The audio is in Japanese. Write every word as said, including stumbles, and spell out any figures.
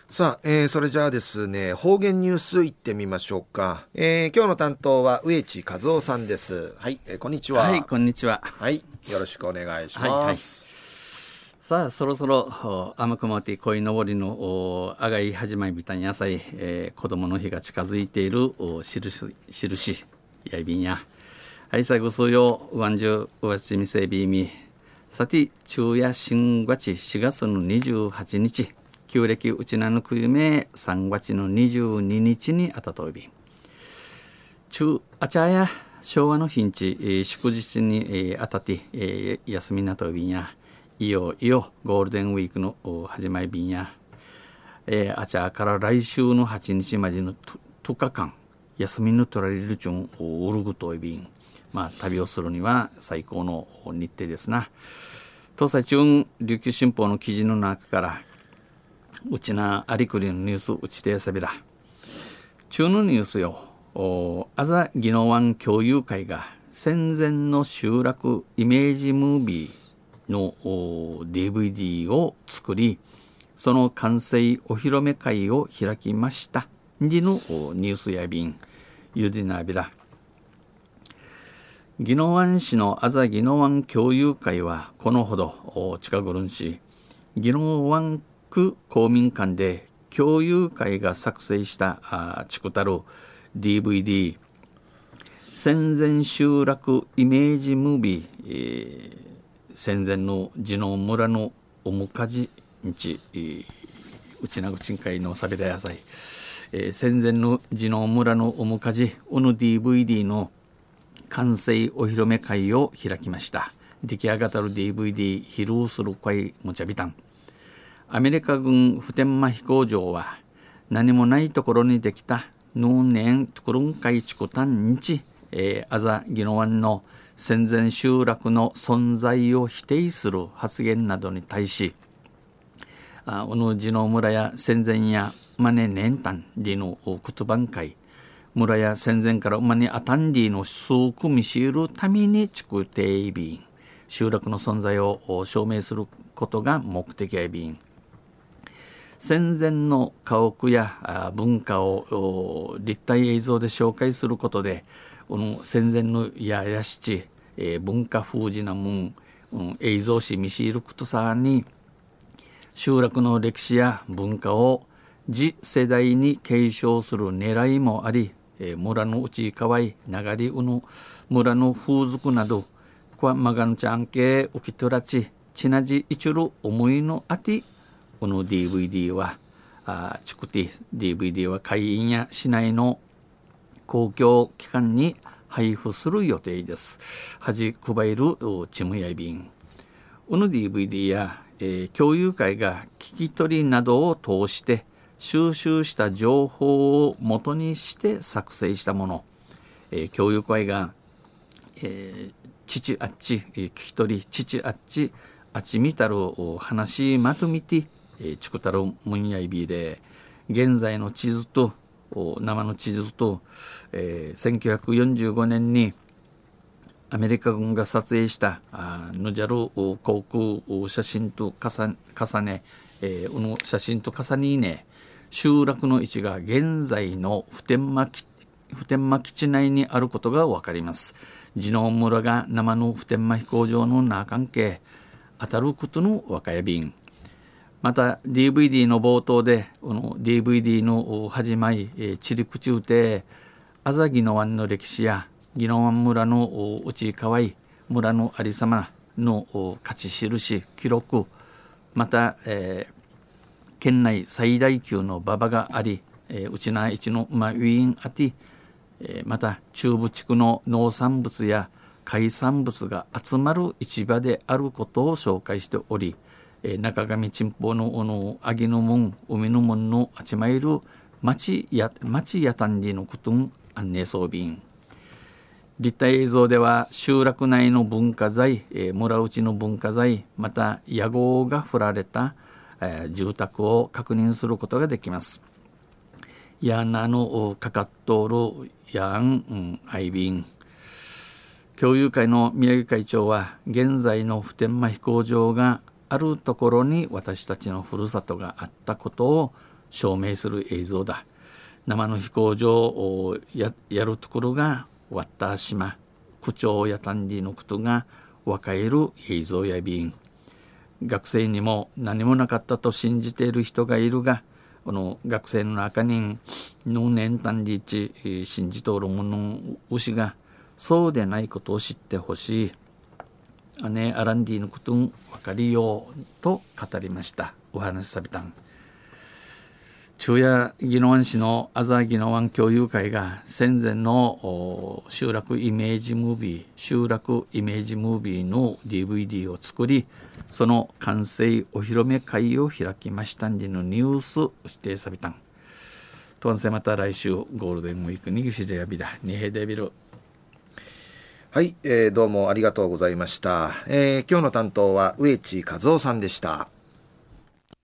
さあ、えー、それじゃあですね、方言ニュースいってみましょうか。えー、今日の担当は植地和夫さんです。はい、えー、こんにちは。 はい、こんにちは。 はい、よろしくお願いします。 はいはい、さあ、そろそろ甘くまって鯉のぼりのあがい始まりみたいに野菜、えー、子供の日が近づいている印印やいびんや。はい、最後数曜うわんじゅううわちみせびみさて昼夜新月しがつのにじゅうはちにち、旧暦うちなぬくゆめさんがつのにじゅうににちにあたといびん中あちゃや昭和の日んち、えー、祝日に、えー、あたって、えー、休みなといびんやいよいよゴールデンウィークの始まりびんや、えー、あちゃから来週のはちにちまでのとおかかん休みの取られるちゅんうるぐといびん、まあ旅をするには最高の日程ですな。東西中琉球新報の記事の中からうちなありくりのニュースうちてさびら中のニュースよ。あざぎのわん共有会が戦前の集落イメージムービーの ディーブイディー を作り、その完成お披露目会を開きましたにのニュースやびんゆでなびら。宜野湾市のあざ宜野湾共有会はこのほど近頃んし宜野湾区公民館で共有会が作成したチクタル ディーブイディー 戦前集落イメージムービー、えー、戦前の地の村のおむかじんち、えー、うちなぐちん会のさびら野菜、えー、戦前の地の村のおむかじうぬ ディーブイディー の完成お披露目会を開きました。出来上がったる ディーブイディー 披露する会もちゃびたん。アメリカ軍普天間飛行場は何もないところにできたヌーネントクルン会地区単日、えー、あざ宜野湾の戦前集落の存在を否定する発言などに対し、あうぬ地の村や戦前やマネ年単でのクトバン会村や戦前から馬にあたんりの数区見知るために地区定便集落の存在を証明することが目的や便戦前の家屋や文化を立体映像で紹介することでこの戦前のややしち、えー、文化風事なもん、うん、映像し見知ることさに集落の歴史や文化を次世代に継承する狙いもあり、村のうちかわい流れうぬ村の風俗などこわまがんちゃんけうきとらちちなじいちる思いのあてこの ディーブイディー はあちくて ディーブイディー は会員や市内の公共機関に配布する予定です。はじ配るチムやいびんこの ディーブイディー や、えー、共有会が聞き取りなどを通して収集した情報を元にして作成したもの、えー、教育会が、えー、父あっち、えー、聞き取り父あっちあっちみたる話まとめて、えー、ちくたるむんやいびで現在の地図と生の地図と、えー、せんきゅうひゃくよんじゅうごねんにアメリカ軍が撮影したあヌジャル航空写真と重ね、えー、この写真と重ねね集落の位置が現在の普天間基普天間基地内にあることが分かります。地の村が生の普天間飛行場の中関係当たることの若やびんまた ディーブイディー の冒頭でこの ディーブイディー の始まり地陸中であざ宜野湾の歴史や宜野湾村のうちかわい村のありさまの価値印記録また、えー県内最大級の馬場があり、えー、うちな一の馬ウィーンあて、えー、また中部地区の農産物や海産物が集まる市場であることを紹介しており、えー、中上チンポのおのあぎの門海の門のあちまいる町や町やたんりのことん案内装備立体映像では集落内の文化財、えー、村内の文化財また屋号が振られたえー、住宅を確認することができます。やなのかかっとるやん、うん、アイビン共有会の宮城会長は現在の普天間飛行場があるところに私たちのふるさとがあったことを証明する映像だ。生の飛行場を や, やるところがわった島区長やたんりのことが分かえる映像やびん。学生にも何もなかったと信じている人がいるが、この学生の中にの年単りち信じとおるもの牛がそうでないことを知ってほしい。姉アランディのことを分かりようと語りました。お話しさびたん。昼夜宜野湾市のアザー宜野湾共有会が戦前の集落イメージムービー集落イメージムービーの ディーブイディー を作り、その完成お披露目会を開きましたんでのニュースを指定さびたん。とんせまた来週ゴールデンウィークにぎしでやびだにへでびる。 はい、えー、どうもありがとうございました。えー、今日の担当は植地和夫さんでした。